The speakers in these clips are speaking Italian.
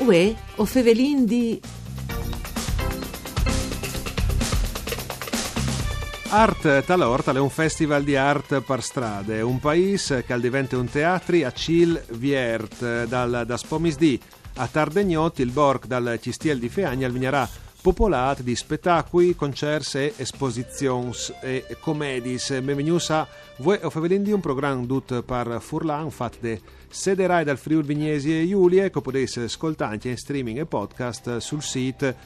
Uè, o fevelin di... Art Talort è un festival di art per strade, un paese che al diventa un teatri a Cil Viert, da Spomisdì a Tardegnotti, il Borg dal Cistiel di Feagna, al Vignarà popolato di spettacoli, concerti e esposizioni e comedis. Benvenuti a Voi o Fevelin di un programma tutto per Furlan, fatto de Sederai dal Friuli Vignesi e Giulie, che potete ascoltare anche in streaming e podcast sul sito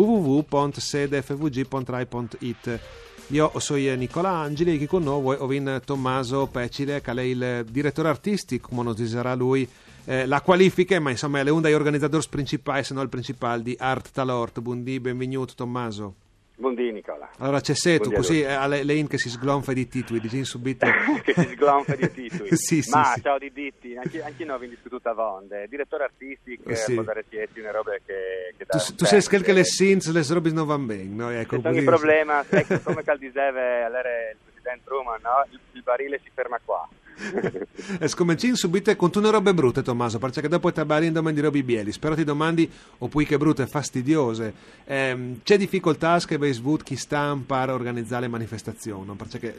www.sedefvg.rai.it. Io sono Nicola Angeli e qui con noi ho Tommaso Pecile, che è il direttore artistico, come non si sarà lui, la qualifica, ma insomma è uno degli organizzatori principali, se non il principale, di Art Talort. Buondì, benvenuto Tommaso. Buondì Nicola. Allora c'è tu, così lei che si sgonfa di titoli, dici subito. Che si sgonfa di titoli. Sì, ma sì. Ciao di ditti, anche noi abbiamo discusso a Vonde, direttore artistico, Sì. può dare siete una roba che Tu sai che le scenes, le robe non vanno bene, no? Ecco, sono i problemi, ecco come Caldiseve, allora il presidente Truman, no? Il barile si ferma qua. E scominciamo subito con tu ne robe brutte, Tommaso, perché dopo ti abari in domani di robe bieli. Spero ti domandi, o poi che brutte e fastidiose. C'è difficoltà che avevi avuto chi stampa a organizzare le manifestazioni, no? Perché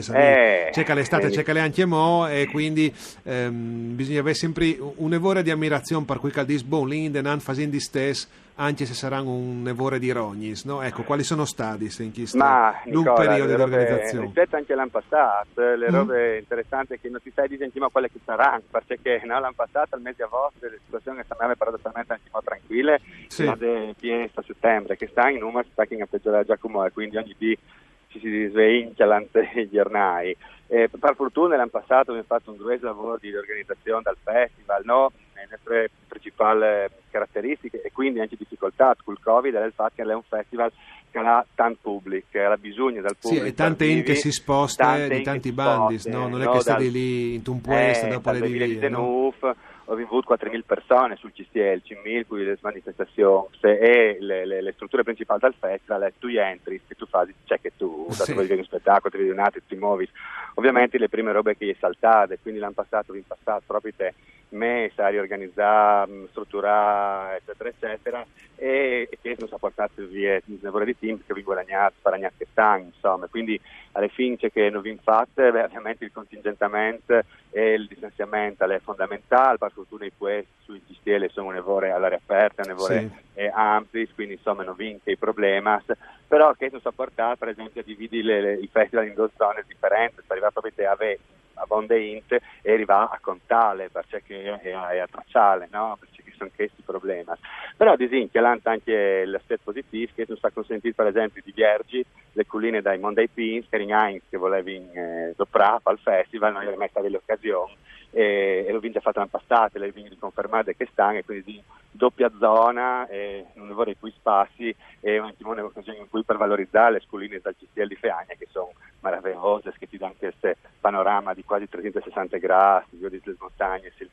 c'è che l'estate, c'è che le anche mo, e quindi bisogna avere sempre un'evore di ammirazione per cui Caldis bon lì non facendo di stesso, anche se saranno un evore di rognis, no? Ecco, quali sono stati in questo lungo periodo di organizzazione? Rispetto anche l'anno passato, le robe interessanti che non si sa di quelle che saranno, perché no, l'anno passato, al mese di agosto, le situazioni stavano paradossalmente anche un po' tranquille, fino a settembre, che sta in numero, sta che a peggiorare già come, quindi ogni dì ci si sveglia i giornali. Per fortuna l'anno passato abbiamo fatto un grosso lavoro di organizzazione del festival, no? Le nostre principali caratteristiche e quindi anche difficoltà col Covid è il fatto che è un festival che ha tanto pubblico, ha bisogno del pubblico. Sì, e tante in che si sposta di tanti bandi, no? Non è che stai lì in un puesto dopo le divide, no? Ho avuto 4.000 persone sul CSTL, 5.000 qui le manifestazioni e le strutture principali del festival, tu entri e tu fai, c'è che tu vedi un spettacolo, ti vedi un altro, ti muovi. Ovviamente le prime robe che gli saltate, quindi l'anno passato, proprio te messa a riorganizzare, strutturare, eccetera, eccetera, e che non si è portato via il lavoro di team che vi guadagnate, sparagnate che stanno, insomma, quindi alle fine c'è che non vi fate, ovviamente il contingentamento e il distanziamento è fondamentale, per fortuna i puesti sui GSTL sono un'evore all'aria aperta, un'evore ampli, quindi insomma non vince i problemi, però che non si è portato per esempio a dividere i festival in due zone differenti, per arrivare proprio a Bonde Int e arriva a Contale, perché è a Tracciale, no? Perché sono questi problemi. Però disinchia anche l'aspetto positivo che non sta consentito per esempio di Viergi le colline dai Monday Pins, che che volevi doprare al festival, non aveva mai stato l'occasione e lo vince fatto l'anno passato, le vince confermate che stanno, e quindi di doppia zona, non vorrei più spazi e un'occasione in cui per valorizzare le scoline dal CSTL di Feagna che sono meravigliose, che ti danno questo panorama di quasi 360 gradi, vedi le montagne, il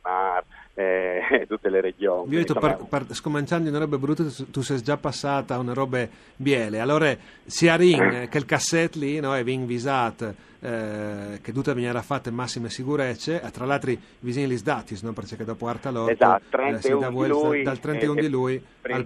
mare, tutte le regioni. Io ho detto, scominciando una roba brutta, tu sei già passata a una roba biele, allora sia Ring che il cassetto lì, no, è ben visato, che tutte vengono fatte in massime sicurezze, tra l'altro vicini gli dati, no? Perché dopo Artalorto esatto, 31 di lui, dal 31 di lui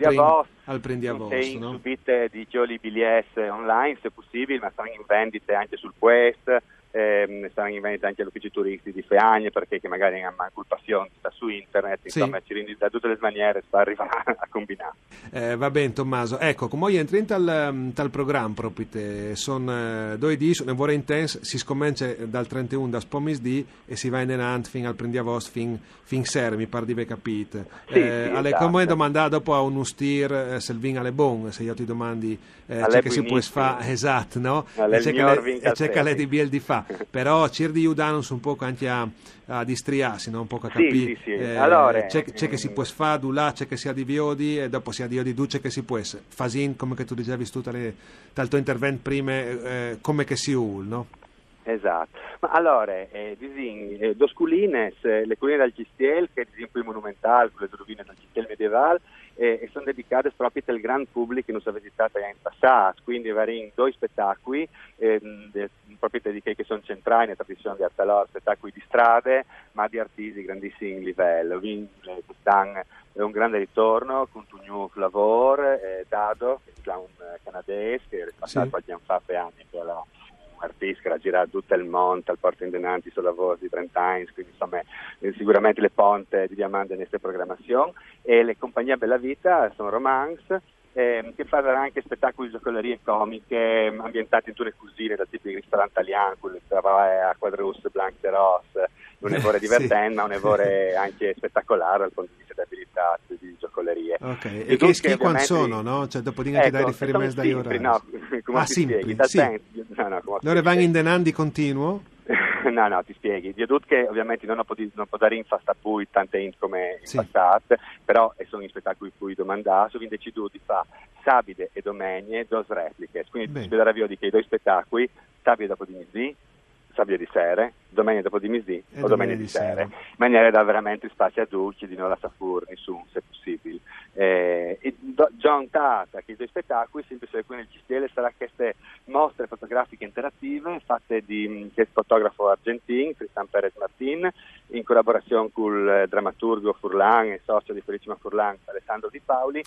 al prendi a vostro, no? Subite di Gioli BLS online se possibile, ma stanno in vendite anche sul Quest, stanno in vendita anche agli uffici turistici di Feagna, perché che magari hanno passione sta su internet, insomma ci rindi da tutte le maniere per arrivare a combinare. Va bene Tommaso, ecco, come entri in tal programma proprio te, sono 2 di, sono ore intense, si scomincia dal 31 da Spomisdì e si va in avanti fino al prendi a vostro fin sera, mi pare di aver capito. Esatto. Come domandare dopo a un ustir se il vin alle bon, se io ti domandi c'è che si può fare, esatto, no? E c'è che le di biel di fa. Però certi di aiutare un po' anche a distriarsi, no? Un po' a capire. Sì. Allora, c'è che si può fare, là c'è che sia di viodi e dopo sia di odi c'è che si può fasin, come che tu dicevi tu dal tuo intervento prima, come che si ul, no? Esatto, ma allora, due sculine, le colline del CSTL, che è ad esempio il monumentale, le rovine del CSTL medievale, e sono dedicate proprio al gran pubblico che non si è visitato in passato, quindi varin due spettacoli proprio dedicati che sono centrali nella tradizione di Artalor, spettacoli di strade ma di artisti di grandissimo livello. Quest'anno è un grande ritorno con un nuovo lavoro, Dado, che è un canadese che è passato qualche anno fa per anni per un artista che ha girato tutto il mondo al porto indenanti sul lavoro di 30 anni, quindi insomma sicuramente le ponte di diamante in questa programmazione, e le compagnie Bella Vita sono Romance, che fanno anche spettacoli di giocolerie comiche ambientati in tue cucine da tipo di ristorante italiano, con le acqua russe, blanc de rose, un evore divertente ma un evore anche spettacolare dal punto di vista di abilità di giocolerie. Okay. E che schifo quando sono, no? Cioè dopo di che dai riferimenti dagli orari. No, come simpli, sì. Loro vanno in denandi continuo? No, ti spieghi. Di tutto che ovviamente non può dare in fasta poi tante int come in passato, però sono in spettacoli cui domandato, quindi decido di fare sabide e domenie dos repliche. Quindi si vedrà via di che i due spettacoli, sabide dopo di mezzi, sabide di sera, domenica dopo di mezzi o domenica di sera, in maniera da veramente spazio a tutti di non lasciare fuori nessuno se possibile. John Tata, che i due spettacoli sempre se qui nel Cistiele sarà queste mostre fotografiche interattive fatte di che fotografo argentino Tristan Perez Martin in collaborazione con il drammaturgo Furlan e socio di Felicima Furlan Alessandro Di Paoli,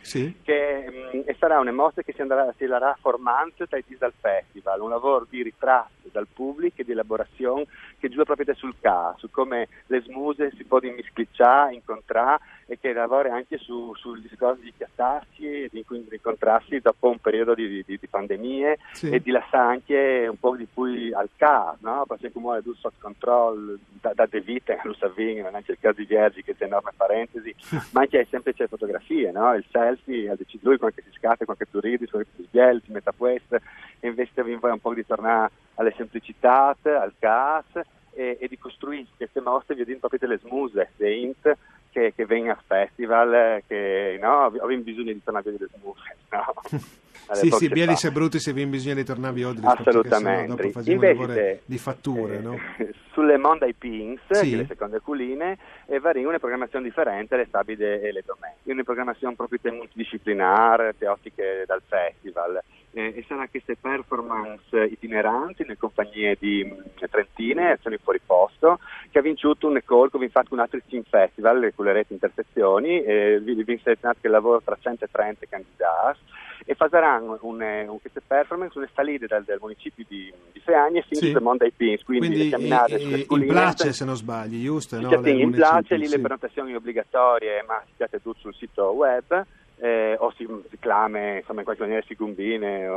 che sarà una mostra che si larà formante dal festival, un lavoro di ritratto dal pubblico e di elaborazione che giura proprio sul caso, su come le smuse si può misclicciare, incontrare, e che lavora anche sul discorso di chiattarsi e di incontrarsi dopo un periodo di pandemie e di lasciare anche un po' di più al caso, no? Perché come è sotto controllo da De Vite, lo Savini, non è anche il caso di Viergi che c'è enorme parentesi, ma anche semplici fotografie, no? Il selfie, ha deciso lui qualche si scatta, qualche turidi, sulle sbiel, si mette a questo, e invece vi un po' di tornare alle semplicità, al caso e di costruire queste mostre via proprio delle smuse, dei int che vengono a festival, che no, avevo bisogno di tornare a vedere le smuse, no? Sì, Bielis e Bruti se vi bisogna di tornare oggi, assolutamente. Dopo facciamo un lavoro di fatture, no? Sulle Monday Pinks, le seconde culine, varia una programmazione differente le sabide e le domeniche, una programmazione proprio multidisciplinare, teotiche dal festival, e sarà queste performance itineranti nelle compagnie di trentine, azioni fuori posto, che ha vinto un call, come infatti un altro team festival con le reti intersezioni, vi selezionato che lavoro tra 130 candidati, e faranno queste performance, una salita del municipio di Feagni fino al Monday Pins, quindi camminate in place se non sbagli, giusto? No? In place, lì le prenotazioni obbligatorie, ma si chiate tutto sul sito web, o si clame, insomma in qualche maniera si combine,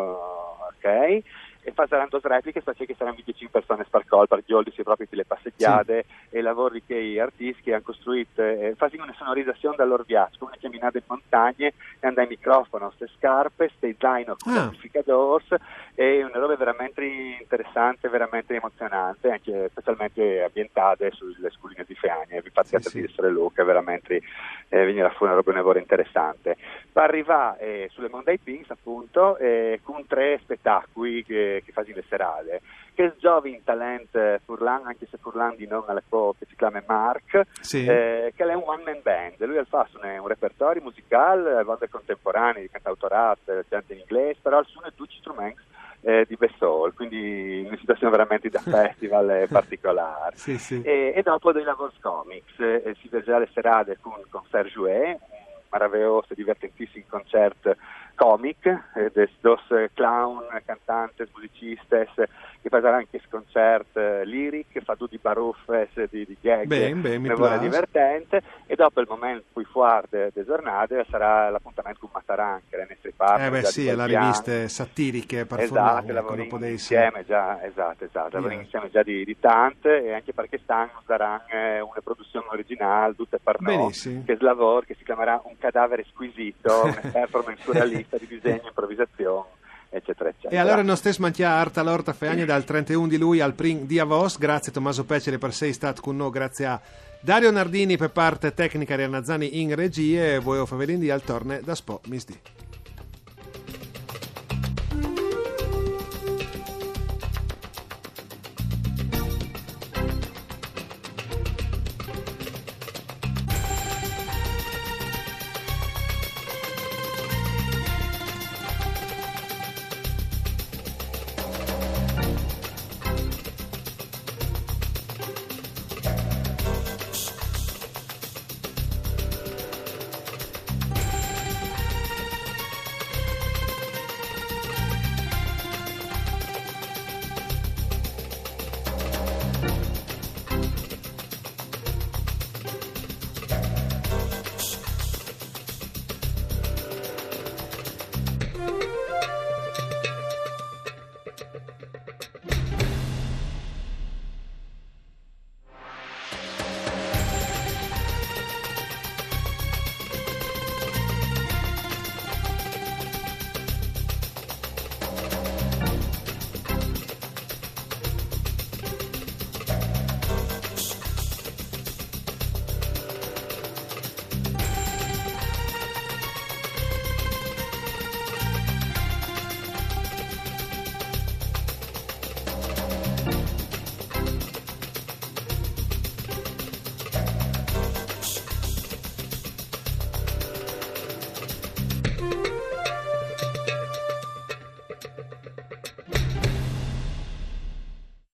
ok? E faranno due repliche, che saranno 25 persone per colpa, per gli oldi si proprio le passeggiate e lavori che gli artisti hanno costruito, fanno una sonorizzazione dal loro viaggio, come camminate in montagne e andare in microfono, queste scarpe, questi zaino con amplificadores, e una roba veramente interessante, veramente emozionante, anche specialmente ambientate sulle scuoline di Feagni, vi fate di essere Luca, veramente venirà fuori una lavoro interessante. Per arrivare sulle Monday Pinks appunto con 3 spettacoli che fanno le serate, che è Giovin Talent Furlan, anche se Furlan di nome alle che si chiama Mark, che è un one man band, lui fa un repertorio musicale a volte contemporaneo di cantautorato, gente in inglese, però sono 2 strumenti di Bessol, quindi una situazione veramente da festival particolare. E dopo dei lavori comics si vedrà le serate con Sergio meraviglioso, divertentissimo concerto comic, dos clown, cantantes, musicistes, che faranno anche sconcert lyric, fa tutti i baruffes di gag, un lavoro divertente, e dopo il momento più fuori delle giornate sarà l'appuntamento con Mataran, che è le nostre parti. la riviste satiriche per lavoriamo insieme già, lavoriamo insieme già di tante, e anche perché stanno daranno una produzione originale, tutte per noi, che è lavoro che si chiamerà Un cadavere squisito, una performance surrealista di disegno, improvvisazione, eccetera, eccetera. E allora non stesso manchiare Arta Lorta Feagni dal 31 di lui al prim di Avos. Grazie Tommaso Pecere per sei stato con noi, grazie a Dario Nardini per parte tecnica, Rianna Zani in regie, e voi Favelin di al torne da Spo Misdi.